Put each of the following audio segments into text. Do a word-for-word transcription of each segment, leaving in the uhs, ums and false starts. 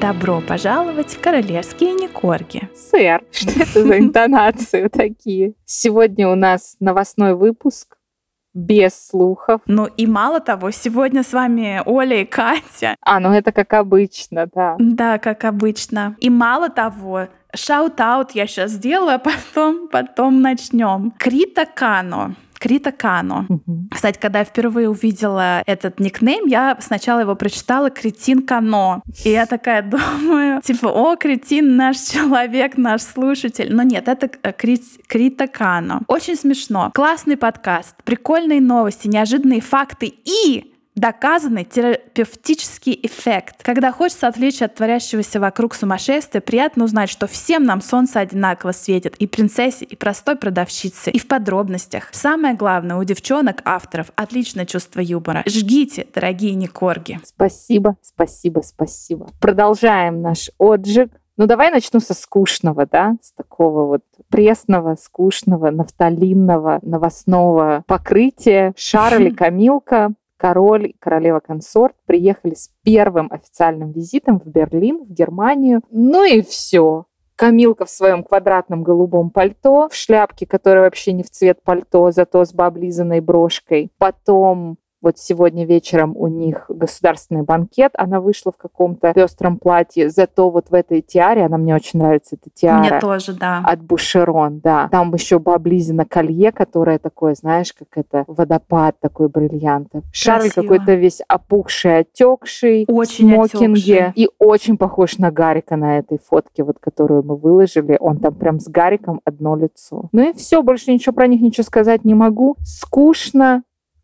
Добро пожаловать в королевские Никорги. Сэр, что это за интонации такие? Сегодня у нас новостной выпуск без слухов. Ну и мало того, сегодня с вами Оля и Катя. А, ну это как обычно, да. Да, как обычно. И мало того, шаут-аут я сейчас сделаю, а потом, потом начнем. Крита Кано. Крита Кано. Угу. Кстати, когда я впервые увидела этот никнейм, я сначала его прочитала Кретин Кано. И я такая думаю, типа, о, кретин, наш человек, наш слушатель. Но нет, это Крит, Крита Кано. Очень смешно. Классный подкаст, прикольные новости, неожиданные факты и доказанный терапевтический эффект. Когда хочется отвлечься от творящегося вокруг сумасшествия, приятно узнать, что всем нам солнце одинаково светит. И принцессе, и простой продавщице, и в подробностях. Самое главное, у девчонок, авторов, отличное чувство юмора. Жгите, дорогие Никорги. Спасибо, спасибо, спасибо. Продолжаем наш отжиг. Ну, давай начну со скучного, да, с такого вот пресного, скучного, нафталинного, новостного покрытия. Шарль и Камилка, король и королева-консорт, приехали с первым официальным визитом в Берлин, в Германию. Ну и все. Камилка в своем квадратном голубом пальто, в шляпке, которая вообще не в цвет пальто, зато с облизанной брошкой. Потом вот сегодня вечером у них государственный банкет, она вышла в каком-то пестром платье, зато вот в этой тиаре, она мне очень нравится, эта тиара. Мне тоже, да. От Бушерон, да. Там еще облизано колье, которое такое, знаешь, как это водопад такой бриллиантов. Шарль какой-то весь опухший, отекший, очень в смокинге. отекший. И очень похож на Гарика на этой фотке, вот, которую мы выложили. Он там прям с Гариком одно лицо. Ну и все, больше ничего про них ничего сказать не могу. Скучно,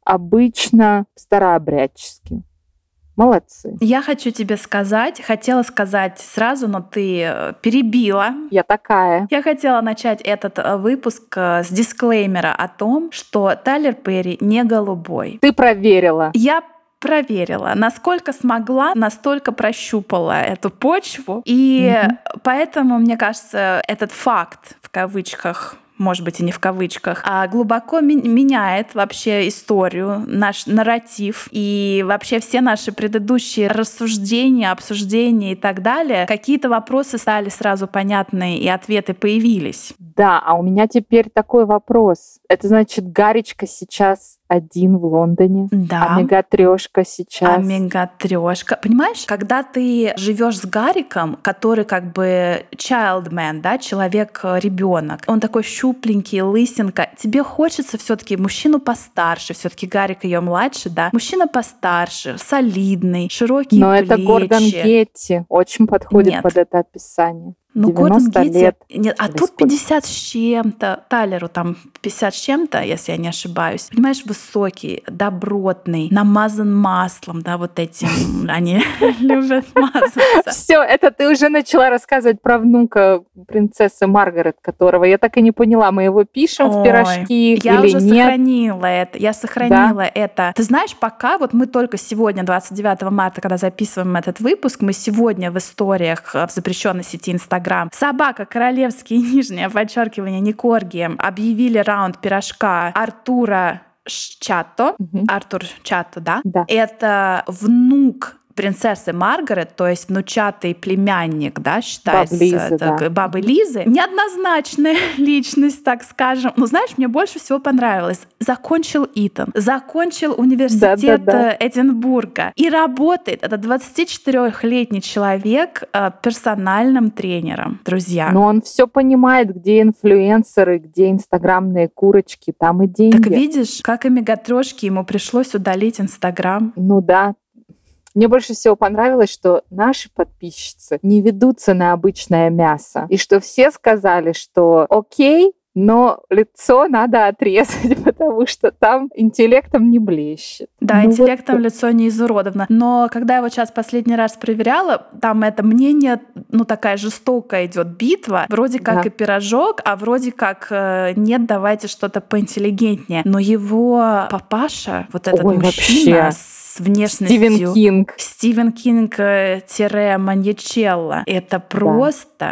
обычно, старообрядчески. Молодцы. Я хочу тебе сказать, хотела сказать сразу, но ты перебила. Я такая. Я хотела начать этот выпуск с дисклеймера о том, что Тайлер Перри не голубой. Ты проверила. Я проверила. Насколько смогла, настолько прощупала эту почву. И mm-hmm. поэтому, мне кажется, этот факт, в кавычках, может быть, и не в кавычках, а глубоко ми- меняет вообще историю, наш нарратив и вообще все наши предыдущие рассуждения, обсуждения и так далее. Какие-то вопросы стали сразу понятны, и ответы появились. Да, а у меня теперь такой вопрос. Это значит, Гаричка сейчас один в Лондоне, да. а Мегатрёшка сейчас... А Мегатрёшка... Понимаешь, когда ты живешь с Гариком, который как бы childman, да, человек-ребенок, он такой щупленький, лысинка, тебе хочется все-таки мужчину постарше, все-таки Гарик ее младше, да, мужчина постарше, солидный, широкие Но плечи. Но это Гордон Гетти, очень подходит Нет. под это описание. Ну, Гордон Гетти... лет. Нет, а тут пятьдесят с чем-то. Тайлеру там пятьдесят с чем-то, если я не ошибаюсь. Понимаешь, высокий, добротный, намазан маслом, да, вот этим. Они любят мазаться. Все, это ты уже начала рассказывать про внука принцессы Маргарет, которого я так и не поняла, мы его пишем в пирожки или нет? Я уже сохранила это. Я сохранила это. Ты знаешь, пока вот мы только сегодня, двадцать девятого марта, когда записываем этот выпуск, мы сегодня в историях в запрещенной сети Инстаграм собака королевские, нижнее подчеркивание, Никорги, объявили раунд пирожка Артура Чатто. Угу. Артур Чатто, да? Да. Это внук принцессы Маргарет, то есть внучатый племянник, да, считается, Бабы Лизы, так, да. бабы Лизы. Неоднозначная личность, так скажем. Но знаешь, мне больше всего понравилось. Закончил Итон, закончил университет да, да, да. Эдинбурга и работает, это двадцатичетырёхлетний человек, персональным тренером, друзья. Но он все понимает, где инфлюенсеры, где инстаграмные курочки, там и деньги. Так видишь, как и Мегатрёшке, ему пришлось удалить Инстаграм. Ну да. Мне больше всего понравилось, что наши подписчицы не ведутся на обычное мясо. И что все сказали, что окей, но лицо надо отрезать, потому что там интеллектом не блещет. Да, ну интеллектом вот... лицо не изуродовано. Но когда я вот сейчас последний раз проверяла, там это мнение, ну такая жестокая идет битва, вроде как да. и пирожок, а вроде как э, нет, давайте что-то поинтеллигентнее. Но его папаша, вот этот Ой, мужчина вообще. с внешностью... Стивен Кинг. Стивен Кинг-Маньячелло. Это просто...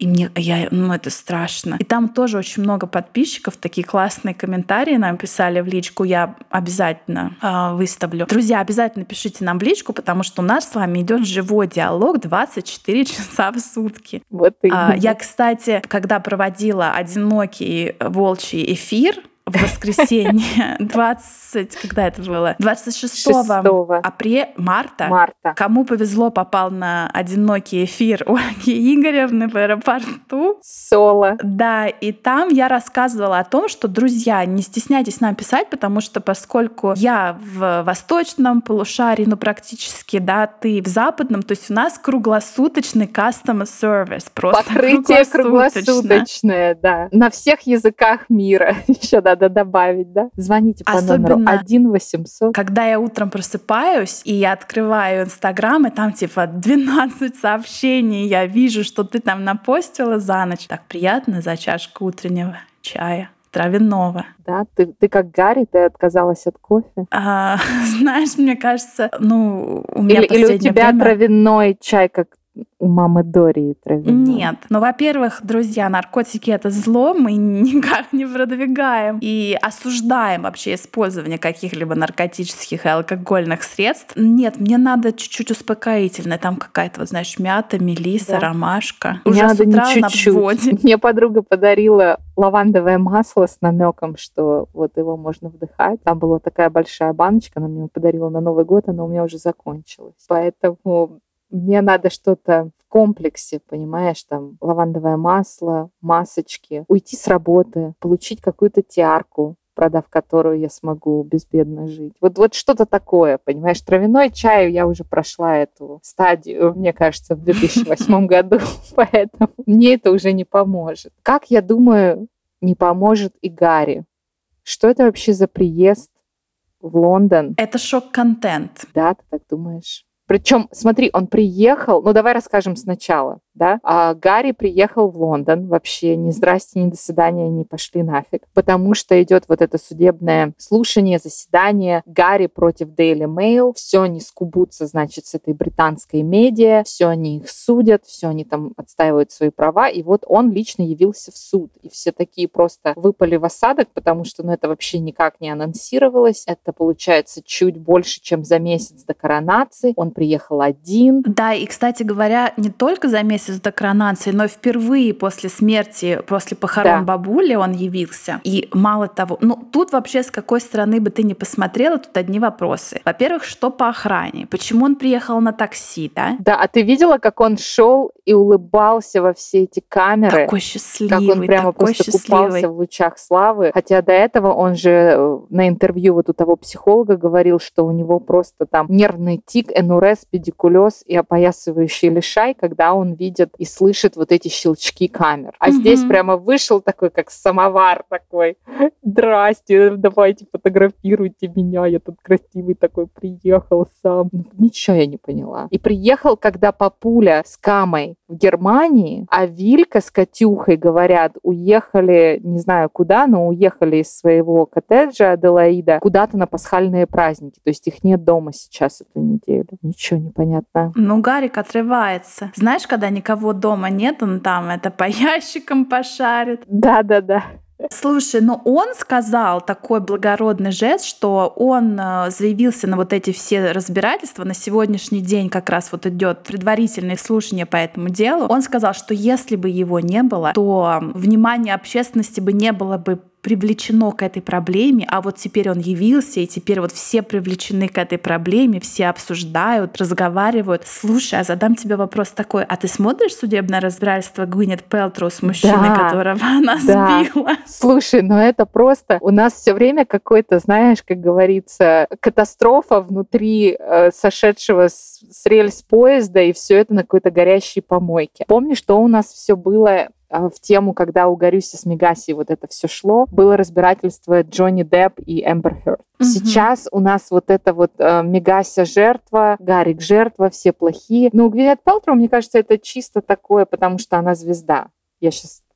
И мне, я, ну это страшно. И там тоже очень много подписчиков, такие классные комментарии нам писали в личку, я обязательно э, выставлю. Друзья, обязательно пишите нам в личку, потому что у нас с вами идет живой диалог двадцать четыре часа в сутки. Вот и а, я, кстати, когда проводила одинокий волчий эфир, в воскресенье двадцать, когда это было? двадцать шестого апреля, марта. марта. Кому повезло, попал на одинокий эфир у Ольги Игоревны в аэропорту. Соло. Да, и там я рассказывала о том, что, друзья, не стесняйтесь нам писать, потому что поскольку я в восточном полушарии, ну практически, да, ты в западном, то есть у нас круглосуточный customer service. Просто покрытие круглосуточное, да. На всех языках мира. Еще надо добавить, да? Звоните по Особенно, номеру один восемьсот. Когда я утром просыпаюсь, и я открываю Инстаграм, и там типа двенадцать сообщений, я вижу, что ты там напостила за ночь. Так приятно за чашку утреннего чая травяного. Да, ты, ты как Гарри, ты отказалась от кофе? А, знаешь, мне кажется, ну, у меня или, последнее или у тебя время... травяной чай, как у мамы Дории травяной? Нет. Ну, во-первых, друзья, наркотики — это зло, мы никак не продвигаем и осуждаем вообще использование каких-либо наркотических и алкогольных средств. Нет, мне надо чуть-чуть успокоительное. Там какая-то, вот, знаешь, мята, мелиса, да. ромашка. Мне уже надо с утра не чуть-чуть. Мне подруга подарила лавандовое масло с намеком, что вот его можно вдыхать. Там была такая большая баночка, она мне его подарила на Новый год, она у меня уже закончилась. Поэтому мне надо что-то в комплексе, понимаешь, там лавандовое масло, масочки, уйти с работы, получить какую-то тиарку, продав которую я смогу безбедно жить. Вот, вот что-то такое, понимаешь. Травяной чай, я уже прошла эту стадию, мне кажется, в две тысячи восьмом году, поэтому мне это уже не поможет. Как, я думаю, не поможет и Гарри. Что это вообще за приезд в Лондон? Это шок-контент. Да, ты так думаешь? Причем, смотри, он приехал, ну давай расскажем сначала, да? А Гарри приехал в Лондон, вообще ни здрасте, ни до свидания, не пошли нафиг, потому что идет вот это судебное слушание, заседание Гарри против Daily Mail, все они скубутся, значит, с этой британской медиа, все они их судят, все они там отстаивают свои права, и вот он лично явился в суд, и все такие просто выпали в осадок, потому что, ну, это вообще никак не анонсировалось, это получается чуть больше, чем за месяц до коронации, он приехал один. Да, и, кстати говоря, не только за месяц до коронации, но и впервые после смерти, после похорон да. бабули он явился. И мало того, ну тут вообще с какой стороны бы ты ни посмотрела, тут одни вопросы. Во-первых, что по охране? Почему он приехал на такси, да? Да, а ты видела, как он шел и улыбался во все эти камеры? Такой счастливый, как он прямо такой просто счастливый. купался в лучах славы. Хотя до этого он же на интервью вот у того психолога говорил, что у него просто там нервный тик, энурез, педикулез и опоясывающий лишай, когда он видит и слышит вот эти щелчки камер. А mm-hmm. здесь прямо вышел такой, как самовар такой. Здрасте, давайте фотографируйте меня, я тут красивый такой приехал сам. Ничего я не поняла. И приехал, когда папуля с Камой в Германии, а Вилька с Катюхой, говорят, уехали, не знаю куда, но уехали из своего коттеджа Аделаида куда-то на пасхальные праздники. То есть их нет дома сейчас эту неделю. Ничего не понятно. Ну, Гарик отрывается. Знаешь, когда никого дома нет, он там это по ящикам пошарит. Да-да-да. Слушай, ну он сказал такой благородный жест, что он заявился на вот эти все разбирательства. На сегодняшний день как раз вот идет предварительное слушание по этому делу. Он сказал, что если бы его не было, то внимание общественности бы не было бы привлечено к этой проблеме, а вот теперь он явился, и теперь вот все привлечены к этой проблеме, все обсуждают, разговаривают. Слушай, а задам тебе вопрос такой, а ты смотришь судебное разбирательство Гвинет Пэлтроу с мужчиной, да, которого она да. сбила? Слушай, ну это просто... У нас все время какой-то, знаешь, как говорится, катастрофа внутри э, сошедшего с, с рельс поезда, и все это на какой-то горящей помойке. Помнишь, что у нас все было в тему, когда у Гарюси с Мегаси вот это все шло, было разбирательство Джонни Депп и Эмбер Хёрд. Mm-hmm. Сейчас у нас вот это вот э, Мегася жертва, Гарик жертва, все плохие. Но у Гвинет Пэлтроу, мне кажется, это чисто такое, потому что она звезда. Я сейчас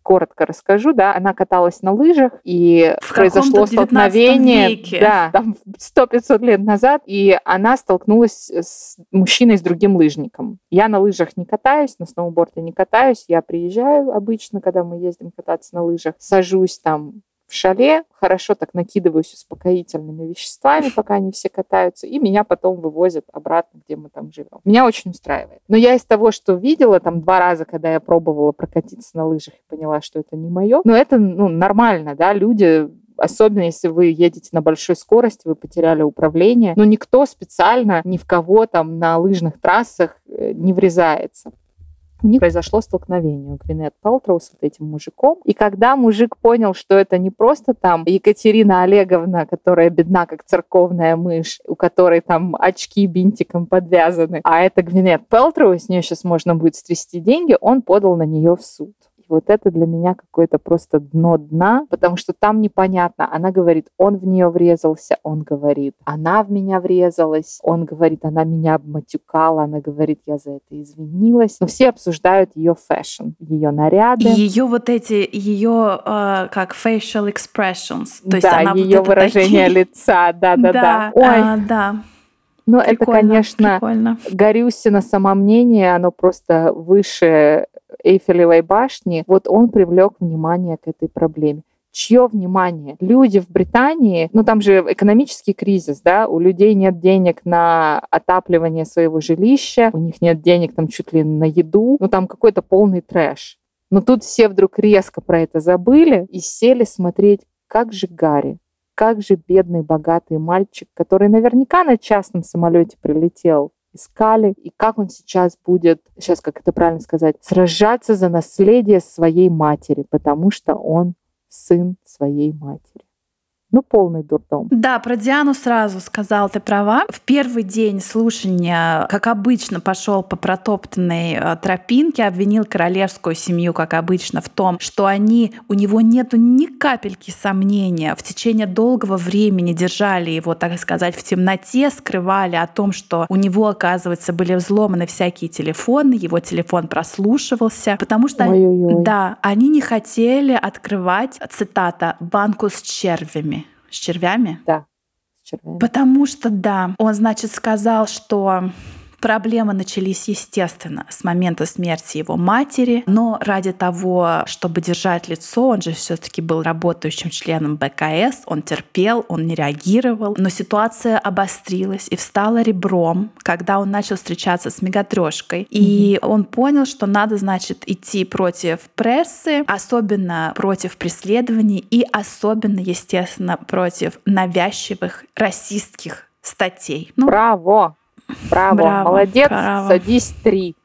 коротко расскажу, да, она каталась на лыжах, и в произошло столкновение, веке. да, там сто-пятьсот лет назад, и она столкнулась с мужчиной, с другим лыжником. Я на лыжах не катаюсь, на сноуборде не катаюсь, я приезжаю обычно, когда мы ездим кататься на лыжах, сажусь там в шале, хорошо так накидываюсь успокоительными веществами, пока они все катаются, и меня потом вывозят обратно, где мы там живем. Меня очень устраивает. Но я из того, что видела там два раза, когда я пробовала прокатиться на лыжах и поняла, что это не мое, но это ну, нормально, да, люди... Особенно, если вы едете на большой скорости, вы потеряли управление. Но никто специально ни в кого там на лыжных трассах не врезается. У них произошло столкновение у Гвинет Пэлтроу с вот этим мужиком. И когда мужик понял, что это не просто там Екатерина Олеговна, которая бедна, как церковная мышь, у которой там очки бинтиком подвязаны, а это Гвинет Пэлтроу, с нее сейчас можно будет стрясти деньги, он подал на нее в суд. Вот это для меня какое-то просто дно дна, потому что там непонятно. Она говорит, он в нее врезался, он говорит, она в меня врезалась, он говорит, она меня обматюкала, она говорит, я за это извинилась. Но все обсуждают ее фэшн, ее наряды. Ее вот эти, ее э, как facial expressions. То есть да, она ее вот выражение такие... лица, да-да-да. Да, Ой. а, да. Ну, это, конечно, прикольно. Горюсина самомнение, оно просто выше Эйфелевой башни. Вот он привлек внимание к этой проблеме. Чье внимание? Люди в Британии, ну там же экономический кризис, да, у людей нет денег на отапливание своего жилища, у них нет денег там чуть ли на еду, ну там какой-то полный трэш. Но тут все вдруг резко про это забыли и сели смотреть, как же Гарри. Как же бедный, богатый мальчик, который наверняка на частном самолете прилетел, искали, и как он сейчас будет, сейчас как это правильно сказать, сражаться за наследие своей матери, потому что он сын своей матери. Ну, полный дурдом. Да, про Диану сразу сказал, ты права. В первый день слушания, как обычно, пошел по протоптанной тропинке, обвинил королевскую семью, как обычно, в том, что они, у него нету ни капельки сомнения, в течение долгого времени держали его, так сказать, в темноте, скрывали о том, что у него, оказывается, были взломаны всякие телефоны, его телефон прослушивался, потому что Ой-ой-ой. Да, они не хотели открывать, цитата, банку с червями. С червями? Да, с червями. Потому что, да, он, значит, сказал, что проблемы начались, естественно, с момента смерти его матери, но ради того, чтобы держать лицо, он же все-таки был работающим членом бэ ка эс, он терпел, он не реагировал, но ситуация обострилась и встала ребром, когда он начал встречаться с Мегатрёшкой, и mm-hmm. он понял, что надо, значит, идти против прессы, особенно против преследований и особенно, естественно, против навязчивых расистских статей. Ну, Браво! Браво, браво, молодец, браво. Садись три.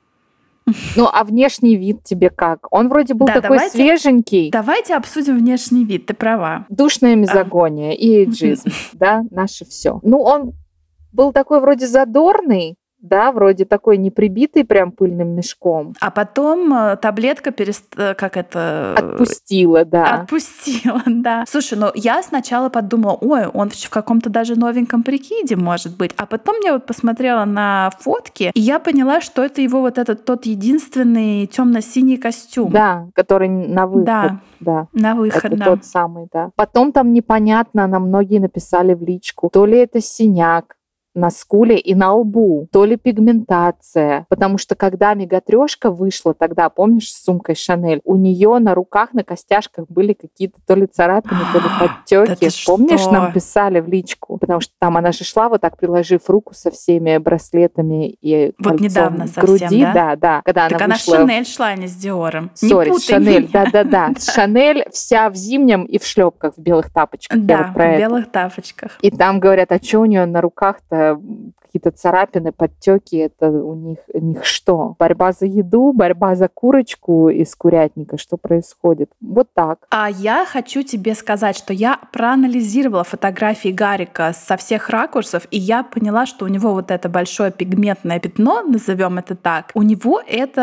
Ну, а внешний вид тебе как? Он вроде был да, такой давайте, свеженький. Давайте обсудим внешний вид, ты права. Душная мизогония а. и эйджизм, да, наше все. Ну, он был такой вроде задорный, да, вроде такой не прибитый прям пыльным мешком. А потом таблетка перест... как это... Отпустила, да. Отпустила, да. Слушай, ну я сначала подумала, ой, он в каком-то даже новеньком прикиде может быть. А потом я вот посмотрела на фотки, и я поняла, что это его вот этот тот единственный темно-синий костюм. Да, который на выход. Да, да. на выход, это да. тот самый, да. Потом там непонятно, нам многие написали в личку, то ли это синяк на скуле и на лбу, то ли пигментация. Потому что когда Мегатрёшка вышла тогда, помнишь, с сумкой Шанель, у нее на руках, на костяшках были какие-то то ли царапины, то ли подтеки. Помнишь, что? Нам писали в личку? Потому что там она же шла вот так, приложив руку со всеми браслетами и вот кольцом недавно в груди. Совсем, да? да, да. Когда так она она вышла... с Шанель шла, а не с Диором. Сори, с Шанель, меня. да-да-да. С Шанель вся в зимнем и в шлепках, в белых тапочках. Да, вот в белых тапочках. И там говорят, а что у нее на руках-то какие-то царапины, подтеки, это у них, у них что? Борьба за еду, борьба за курочку из курятника, что происходит? Вот так. А я хочу тебе сказать, что я проанализировала фотографии Гарика со всех ракурсов, и я поняла, что у него вот это большое пигментное пятно, назовем это так, у него это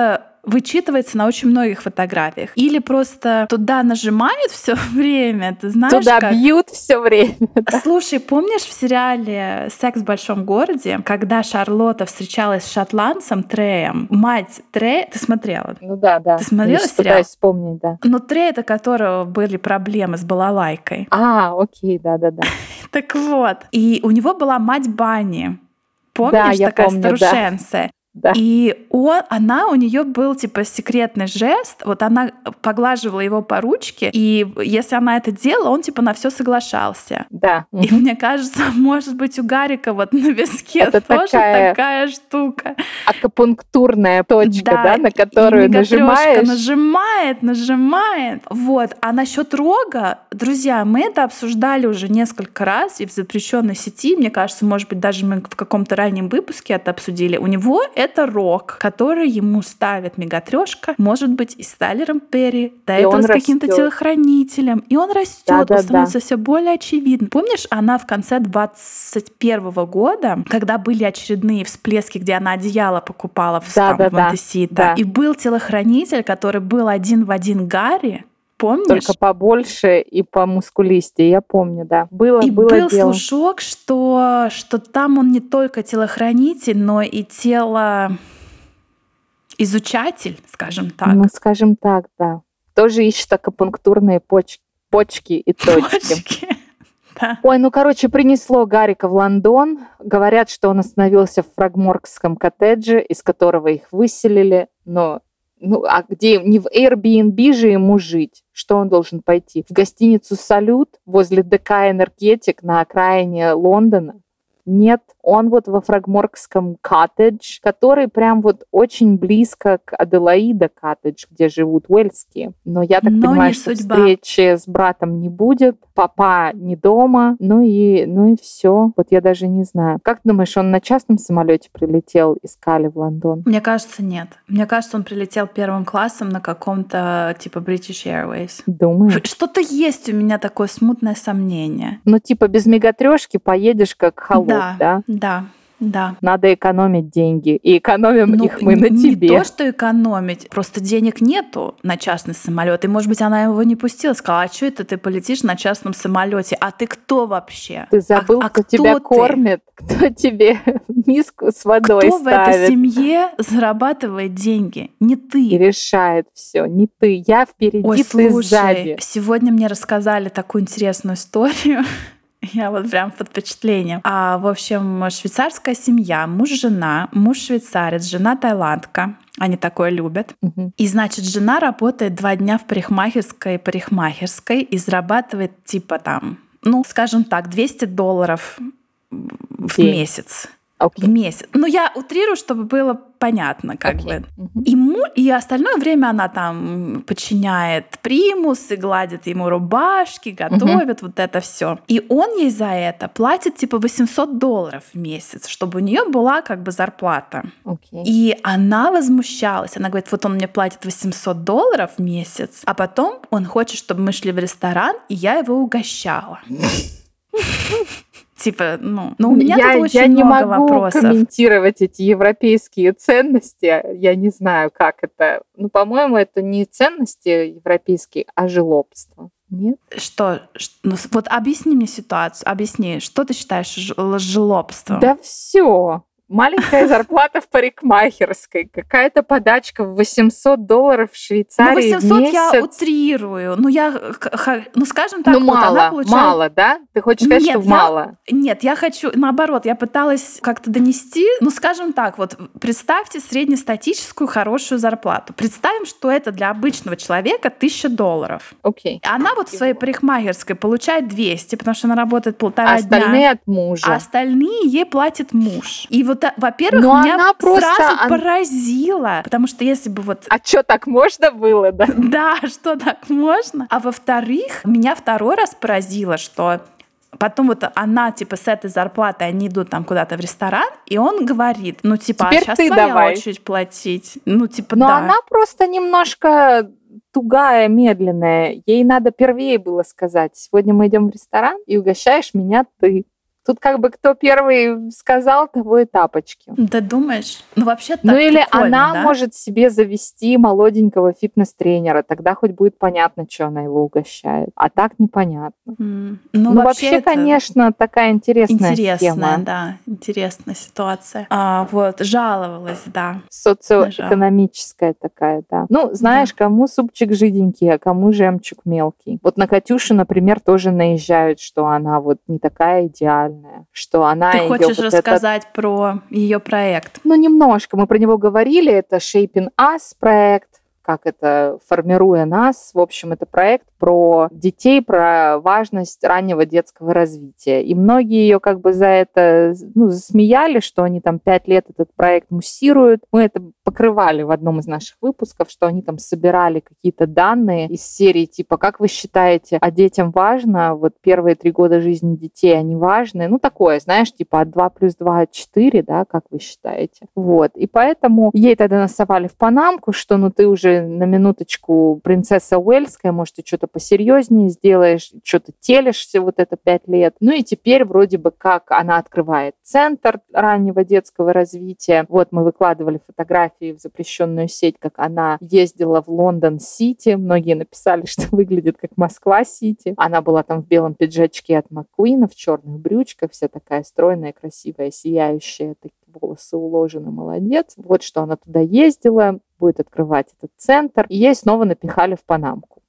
вычитывается на очень многих фотографиях. Или просто туда нажимают все время, ты знаешь, туда как... бьют все время. Да? Слушай, помнишь в сериале «Секс в большом городе», когда Шарлотта встречалась с шотландцем Треем, мать Трея, ты смотрела? Ну да, да. Ты смотрела Я сериал? пытаюсь вспомнить, да. Ну, Трей, это которого были проблемы с балалайкой. А, окей, да-да-да. Так вот, и у него была мать Банни. Помнишь, да, я такая помню, старушенция? Да. И он, она, у нее был типа секретный жест, вот она поглаживала его по ручке, и если она это делала, он типа на все соглашался. Да. И мне кажется, может быть, у Гарика вот на виске это тоже такая... такая штука. Акупунктурная точка, да, да, на которую нажимаешь. нажимает, нажимает. Вот. А насчет рога, друзья, мы это обсуждали уже несколько раз и в запрещенной сети. Мне кажется, может быть, даже мы в каком-то раннем выпуске это обсудили. У него это рог, который ему ставит Мегатрёшка, может быть, и с Тайлером Перри, до и этого с каким-то телохранителем. И он растет, да, да, он становится да. все более очевидным. Помнишь, она в конце двадцать первого года, когда были очередные всплески, где она одеяло покупала в, да, там, да, в Монтесита, да. и был телохранитель, который был один в один Гарри, помнишь? Только побольше и помускулистее, я помню, да. Было, и было был дело. слушок, что, что там он не только телохранитель, но и тело... изучатель, скажем так. Ну, скажем так, да. Тоже ищет акупунктурные почки, почки и точки. Почки. Да. Ой, ну, короче, принесло Гарика в Лондон. Говорят, что он остановился в фрагморкском коттедже, из которого их выселили. Но, ну, а где? Не в Airbnb же ему жить. Что он должен пойти? В гостиницу «Салют» возле ДК «Энергетик» на окраине Лондона? Нет, он вот во фрагморкском коттедж, который прям вот очень близко к Аделаида коттедж, где живут уэльские. Но я так Но понимаю, не что судьба. встречи с братом не будет, папа не дома, ну и, ну и все. Вот я даже не знаю. Как ты думаешь, он на частном самолете прилетел из Кали в Лондон? Мне кажется, нет. Мне кажется, он прилетел первым классом на каком-то типа British Airways. Думаю. Что-то есть у меня такое смутное сомнение. Ну типа без мегатрёшки поедешь как холоп, да? Да, да. Да. Надо экономить деньги. И экономим ну, их мы на не тебе. Не то, что экономить, просто денег нету на частный самолет. И, может быть, она его не пустила. Сказала, а что это ты полетишь на частном самолете? А ты кто вообще? Ты забыл, а, кто, а тебя кто кормит? Кто тебе миску с водой кто ставит? Кто в этой семье зарабатывает деньги? Не ты. И решает все. Не ты. Я впереди, Ой, ты слушай, сзади. Сегодня мне рассказали такую интересную историю. Я вот прям под впечатлением. А, в общем, швейцарская семья, муж, жена, муж швейцарец, жена таиландка. Они такое любят. Угу. И, значит, жена работает два дня в парикмахерской парикмахерской и зарабатывает типа там, ну, скажем так, двести долларов в День. месяц. Okay. В месяц. Ну, я утрирую, чтобы было понятно, как okay. бы. Uh-huh. Ему, и остальное время она там подчиняет примусы, гладит ему рубашки, готовит, uh-huh. вот это все. И он ей за это платит типа восемьсот долларов в месяц, чтобы у нее была как бы зарплата. Okay. И она возмущалась. Она говорит, вот он мне платит восемьсот долларов в месяц, а потом он хочет, чтобы мы шли в ресторан, и я его угощала. Типа, ну, но у меня я, тут очень я не много могу вопросов. комментировать эти европейские ценности. Я не знаю, как это. Ну, по-моему, это не ценности европейские, а жлобство. Нет? Что? Ну, вот объясни мне ситуацию. Объясни, что ты считаешь жлобством? Да все. Маленькая зарплата в парикмахерской, какая-то подачка в восемьсот долларов в Швейцарии ну, восемьсот в месяц. Я утрирую. Ну, я, ну, скажем так, ну, вот мало, она получает... мало, да? Ты хочешь сказать, нет, что я... мало? Нет, я хочу, наоборот, я пыталась как-то донести, ну, скажем так, вот представьте среднестатическую хорошую зарплату. Представим, что это для обычного человека тысяча долларов. Окей. Okay. Она вот в своей парикмахерской получает двести, потому что она работает полтора а дня. Остальные от мужа. А остальные ей платит муж. И вот, во-первых, Но меня она просто... сразу поразило, потому что если бы вот... А что, так можно было, да? Да, что так можно? А во-вторых, меня второй раз поразило, что потом вот она, типа, с этой зарплатой, они идут там куда-то в ресторан, и он говорит, ну, типа, теперь а сейчас ты твоя давай. очередь платить. Ну, типа, Но да. она просто немножко тугая, медленная. Ей надо первее было сказать, сегодня мы идем в ресторан, и угощаешь меня ты. Тут как бы кто первый сказал, того и тапочки. Да думаешь? Ну вообще так Ну или прикольно, она да? может себе завести молоденького фитнес-тренера, тогда хоть будет понятно, что она его угощает. А так непонятно. М, Ну, Ну, вообще, вообще, это конечно, такая интересная интересная, схема. да, интересная ситуация. А, вот, жаловалась, да. Социоэкономическая такая, да. Ну, знаешь, кому супчик жиденький, а кому жемчуг мелкий. Вот на Катюшу, например, тоже наезжают, что она вот не такая идеальная, что она Ты её хочешь вот это- рассказать про ее проект? Ну, немножко. Мы про него говорили. Это Shaping Us проект. Как это «Формируя нас». В общем, это проект про детей, про важность раннего детского развития. И многие ее как бы за это, ну, засмеяли, что они там пять лет этот проект муссируют. Мы это покрывали в одном из наших выпусков, что они там собирали какие-то данные из серии типа «Как вы считаете, а детям важно? Вот первые три года жизни детей, они важны?» Ну, такое, знаешь, типа от два плюс два от четыре, да, как вы считаете? Вот. И поэтому ей тогда насовали в панамку, что ну ты уже на минуточку принцесса Уэльская, может, ты что-то посерьезнее сделаешь, что-то телишься вот это пять лет. Ну и теперь вроде бы как она открывает центр раннего детского развития. Вот мы выкладывали фотографии в запрещенную сеть, как она ездила в Лондон-Сити. Многие написали, что выглядит как Москва-Сити. Она была там в белом пиджачке от Маккуина, в черных брючках, вся такая стройная, красивая, сияющая, такие волосы уложены, молодец. Вот что она туда ездила, будет открывать этот центр. И ей снова напихали в панамку.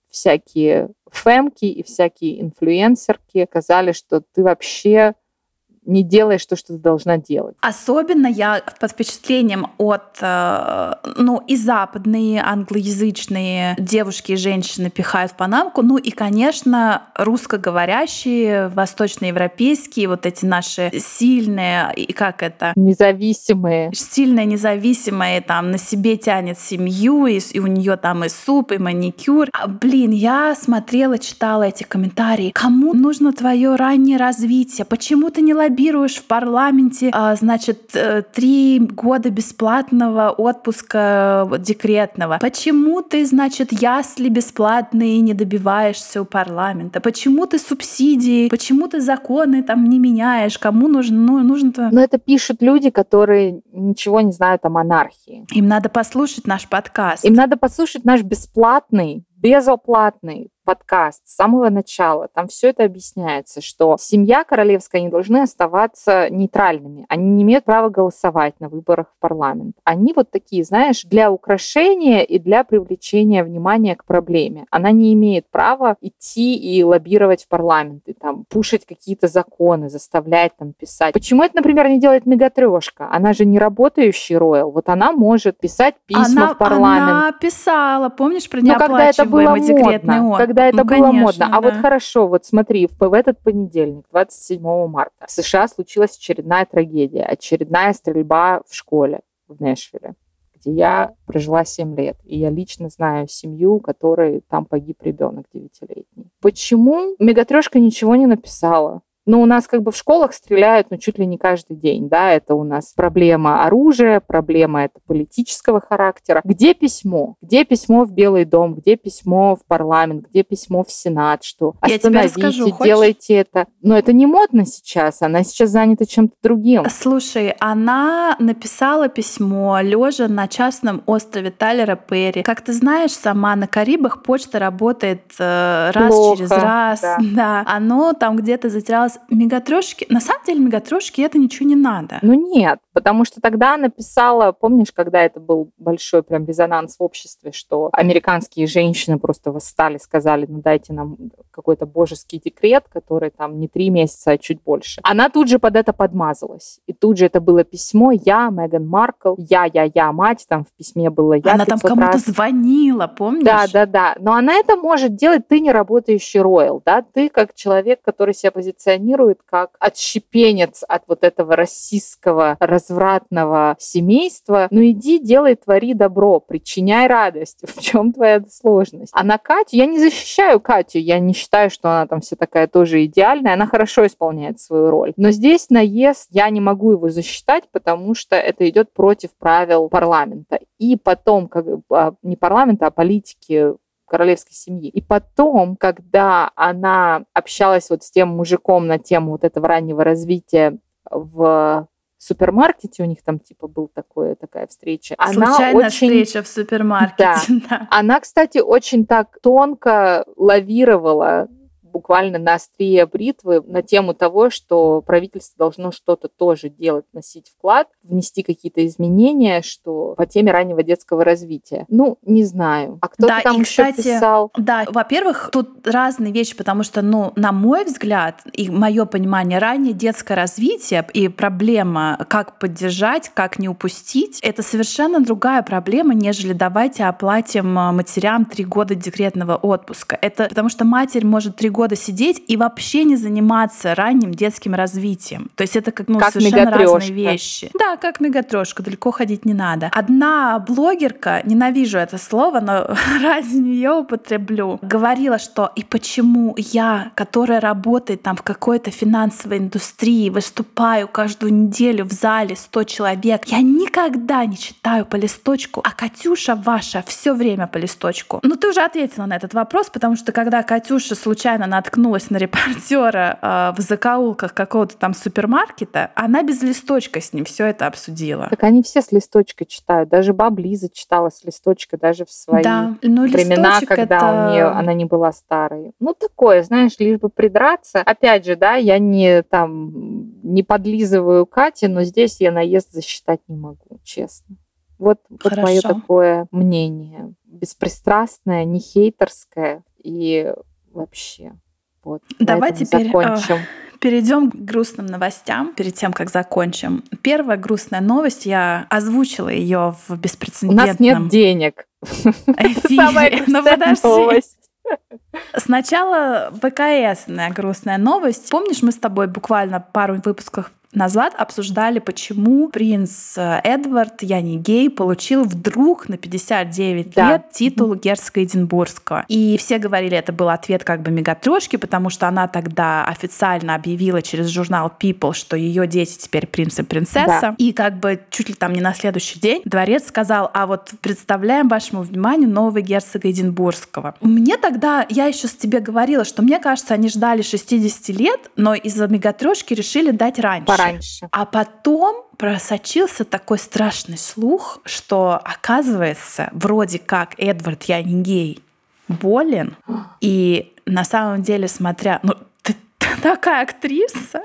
Всякие фемки и всякие инфлюенсерки сказали, что ты вообще не делаешь то, что ты должна делать. Особенно я под впечатлением от, э, ну, и западные, англоязычные девушки и женщины пихают в панамку, ну и, конечно, русскоговорящие, восточноевропейские, вот эти наши сильные, и как это? Независимые. Сильные, независимые, там, на себе тянет семью, и, и у нее там и суп, и маникюр. А, блин, я смотрела, читала эти комментарии. Кому нужно твое раннее развитие? Почему ты не лоббируешь в парламенте, значит, три года бесплатного отпуска декретного? Почему ты, значит, ясли бесплатные не добиваешься у парламента? Почему ты субсидии? Почему ты законы там не меняешь? Кому нужно? Ну, нужно-то... Но это пишут люди, которые ничего не знают о монархии. Им надо послушать наш подкаст. Им надо послушать наш бесплатный, безоплатный подкаст с самого начала. Там все это объясняется, что семья королевская не должны оставаться нейтральными. Они не имеют права голосовать на выборах в парламент. Они вот такие, знаешь, для украшения и для привлечения внимания к проблеме. Она не имеет права идти и лоббировать в парламент, и там пушить какие-то законы, заставлять там писать. Почему это, например, не делает Мегатрёшка? Она же не работающий роял. Вот она может писать письма она, в парламент. Она писала, помнишь, про Ну, когда это было неоплачиваемый декретный модно, отпуск? когда это Ну, было конечно, модно. А да. вот хорошо, вот смотри, в, в этот понедельник, двадцать седьмого марта, в США случилась очередная трагедия, очередная стрельба в школе в Нэшвилле, где я прожила семь лет. И я лично знаю семью, у которой там погиб ребенок девятилетний. Почему Мегатрёшка ничего не написала? Ну, у нас как бы в школах стреляют, ну, чуть ли не каждый день, да, это у нас проблема оружия, проблема это политического характера. Где письмо? Где письмо в Белый дом? Где письмо в парламент? Где письмо в Сенат? Что Я тебе остановите, расскажу, хочешь? делайте это. Но это не модно сейчас, она сейчас занята чем-то другим. Слушай, она написала письмо, лежа на частном острове Тайлера Перри. Как ты знаешь, сама на Карибах почта работает э, раз Плохо, через раз. да. Да. Оно там где-то затерялось. Мегатрёшки, на самом деле, Мегатрёшке это ничего не надо. Ну нет, потому что тогда она писала, помнишь, когда это был большой прям резонанс в обществе, что американские женщины просто восстали, сказали, ну дайте нам какой-то божеский декрет, который там не три месяца, а чуть больше. Она тут же под это подмазалась. И тут же это было письмо «Я, Меган Маркл», «Я, я, я, мать», там в письме было «Я» Она там кому-то раз. звонила, помнишь? Да, да, да. Но она это может делать, ты не работающий роял, да, ты как человек, который себя позиционирует как отщепенец от вот этого российского развратного семейства. Ну иди, делай, твори добро, причиняй радость. В чем твоя сложность? А на Катю, я не защищаю Катю, я не считаю, что она там вся такая тоже идеальная, она хорошо исполняет свою роль. Но здесь наезд, я не могу его засчитать, потому что это идет против правил парламента. И потом, как, не парламента, а политики королевской семьи. И потом, когда она общалась вот с тем мужиком на тему вот этого раннего развития в супермаркете, у них там типа был такое, такая встреча. Случайная она очень... встреча в супермаркете. Да. Да. Она, кстати, очень так тонко лавировала буквально на острие бритвы на тему того, что правительство должно что-то тоже делать, вносить вклад, внести какие-то изменения, что по теме раннего детского развития. Ну, не знаю. А кто-то Да, там и, еще кстати, писал. Да, во-первых, тут разные вещи, потому что, ну, на мой взгляд и мое понимание, раннее детское развитие и проблема, как поддержать, как не упустить, это совершенно другая проблема, нежели давайте оплатим матерям три года декретного отпуска. Это потому что матерь может три года сидеть и вообще не заниматься ранним детским развитием. То есть это как, ну, как совершенно мегатрёшка. разные вещи. Да, как мегатрёшка, далеко ходить не надо. Одна блогерка, ненавижу это слово, но ради нее употреблю, говорила, что и почему я, которая работает там в какой-то финансовой индустрии, выступаю каждую неделю в зале сто человек, я никогда не читаю по листочку, а Катюша ваша все время по листочку. Ну, ты уже ответила на этот вопрос, потому что когда Катюша случайно наткнулась на репортера э, в закоулках какого-то там супермаркета, она без листочка с ним все это обсудила. Так они все с листочка читают. Даже баба Лиза читала с листочка даже в свои да, но времена, когда это... у нее она не была старой. Ну, такое, знаешь, лишь бы придраться. Опять же, да, я не там не подлизываю Кате, но здесь я наезд засчитать не могу, честно. Вот, вот мое такое мнение. Беспристрастное, не хейтерское и вообще. Вот, давай теперь закончим. Э, перейдем к грустным новостям перед тем, как закончим. Первая грустная новость, я озвучила ее в беспрецедентном... У нас нет денег. Это самая грустная новость. Сначала ВКСная грустная новость. Помнишь, мы с тобой буквально пару выпусков назад обсуждали, почему принц Эдвард, я не гей, получил вдруг на пятьдесят девять да. лет титул герцога Эдинбургского. И все говорили, это был ответ как бы мегатрёшки, потому что она тогда официально объявила через журнал People, что ее дети теперь принц и принцесса. Да. И как бы чуть ли там не на следующий день дворец сказал, а вот представляем вашему вниманию нового герцога Эдинбургского. Мне тогда, я еще с тебе говорила, что мне кажется, они ждали шестьдесят лет, но из-за мегатрёшки решили дать раньше. Раньше. А потом просочился такой страшный слух, что, оказывается, вроде как Эдвард, я не гей, болен. И на самом деле, смотря... Ну, ты, ты такая актриса.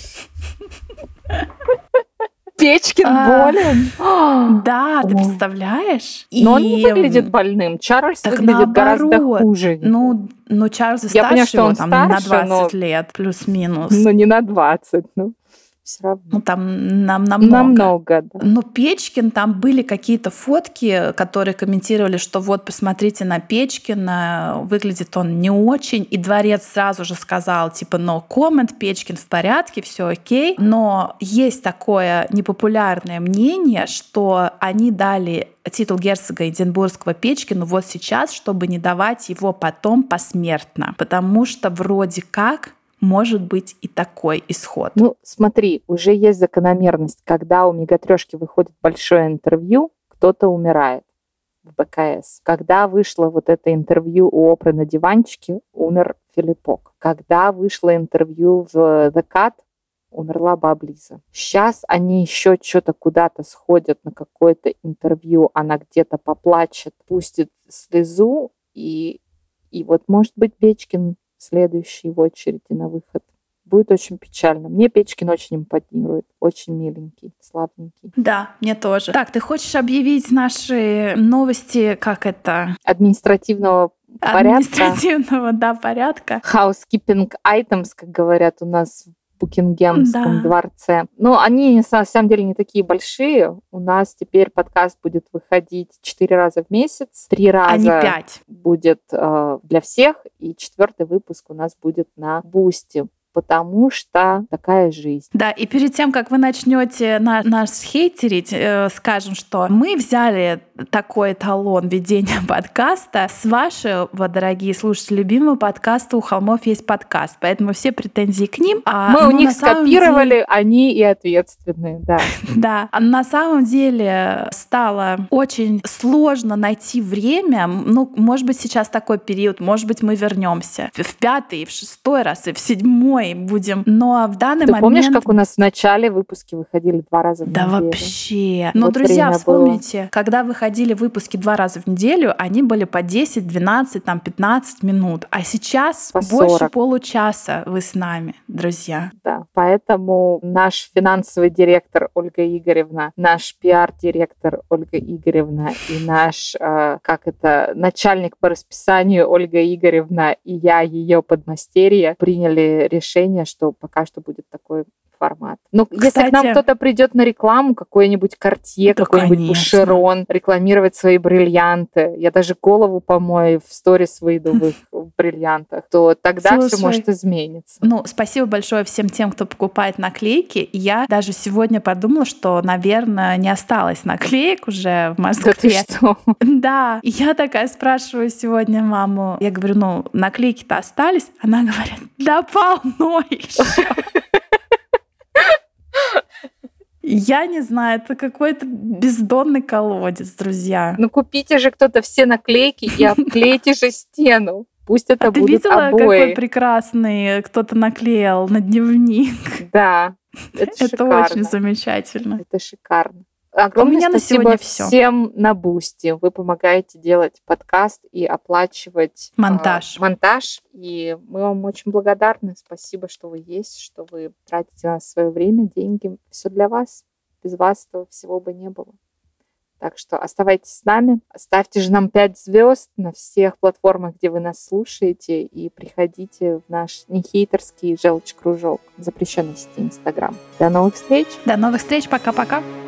Печкин а, болен? Да, ты представляешь? Но он не выглядит больным. Чарльз так выглядит наоборот. гораздо хуже. Ну, ну Чарльз старше Я понимаю, что он его, там, старше, на двадцать но... лет, плюс-минус. Ну, не на двадцать, ну. Все равно. Ну, там нам намного. Намного, да. Но Печкин, там были какие-то фотки, которые комментировали, что вот, посмотрите на Печкина, выглядит он не очень. И дворец сразу же сказал, типа, no comment, Печкин в порядке, все окей. Но есть такое непопулярное мнение, что они дали титул герцога Эдинбургского Печкину вот сейчас, чтобы не давать его потом посмертно. Потому что вроде как может быть и такой исход. Ну, смотри, уже есть закономерность. Когда у мегатрёшки выходит большое интервью, кто-то умирает в БКС. Когда вышло вот это интервью у Опры на диванчике, умер Филиппок. Когда вышло интервью в The Cut, умерла баба Лиза. Сейчас они еще что-то куда-то сходят на какое-то интервью, она где-то поплачет, пустит слезу, и, и вот, может быть, Печкин следующий в очереди на выход. Будет очень печально. Мне Печкин очень импонирует. Очень миленький, славненький. Да, мне тоже. Так, ты хочешь объявить наши новости, как это? Административного порядка. Административного, да, порядка. Housekeeping items, как говорят у нас в Букингемском да. дворце. Но они, на самом деле, не такие большие. У нас теперь подкаст будет выходить четыре раза в месяц. Три раза а не пять. будет э, для всех. И четвертый выпуск у нас будет на Бусти. Потому что такая жизнь. Да, и перед тем, как вы начнете на, нас хейтерить, э, скажем, что мы взяли такой эталон ведения подкаста. С вашего, дорогие слушатели, любимого подкаста «У холмов есть подкаст». Поэтому все претензии к ним. А, Мы у них на самом скопировали, деле... они и ответственные, да. Да. А на самом деле стало очень сложно найти время. Ну, может быть, сейчас такой период, может быть, мы вернемся в пятый, в шестой раз и в седьмой будем. Но в данный Ты момент... помнишь, как у нас в начале выпуски выходили два раза в Да неделю? вообще. Но, Вот друзья, время вспомните, было. Когда выходили выпуски два раза в неделю, они были по десять, двенадцать, там, пятнадцать минут. А сейчас по больше сорок. Получаса вы с нами, друзья. Да, поэтому наш финансовый директор Ольга Игоревна, наш пиар-директор Ольга Игоревна и наш, э, как это, начальник по расписанию Ольга Игоревна и я, ее подмастерье, приняли решение, что пока что будет такой формат. Ну, Кстати, если к нам кто-то придет на рекламу, какой-нибудь Cartier, да, какой-нибудь конечно. Бушерон, рекламировать свои бриллианты, я даже голову помою, в сторис выйду в их бриллиантах, то тогда все может измениться. Ну, спасибо большое всем тем, кто покупает наклейки. Я даже сегодня подумала, что, наверное, не осталось наклеек уже в Москве. Да ты что? Да. И я такая спрашиваю сегодня маму. Я говорю, ну, наклейки-то остались? Она говорит, да полно еще. Я не знаю, это какой-то бездонный колодец, друзья. Ну купите же кто-то все наклейки и обклейте же стену. Пусть это а будут ты видела, обои. Какой прекрасный кто-то наклеил на дневник? Да, это, это шикарно. Очень замечательно. Это шикарно. Огромное У меня спасибо на всё. всем на Бусти. Вы помогаете делать подкаст и оплачивать монтаж. Э, монтаж. И мы вам очень благодарны. Спасибо, что вы есть, что вы тратите на свое время, деньги. Все для вас. Без вас этого всего бы не было. Так что оставайтесь с нами. Ставьте же нам пять звезд на всех платформах, где вы нас слушаете. И приходите в наш нехейтерский желчь-кружок запрещенной сети Инстаграм. До новых встреч. До новых встреч. Пока-пока.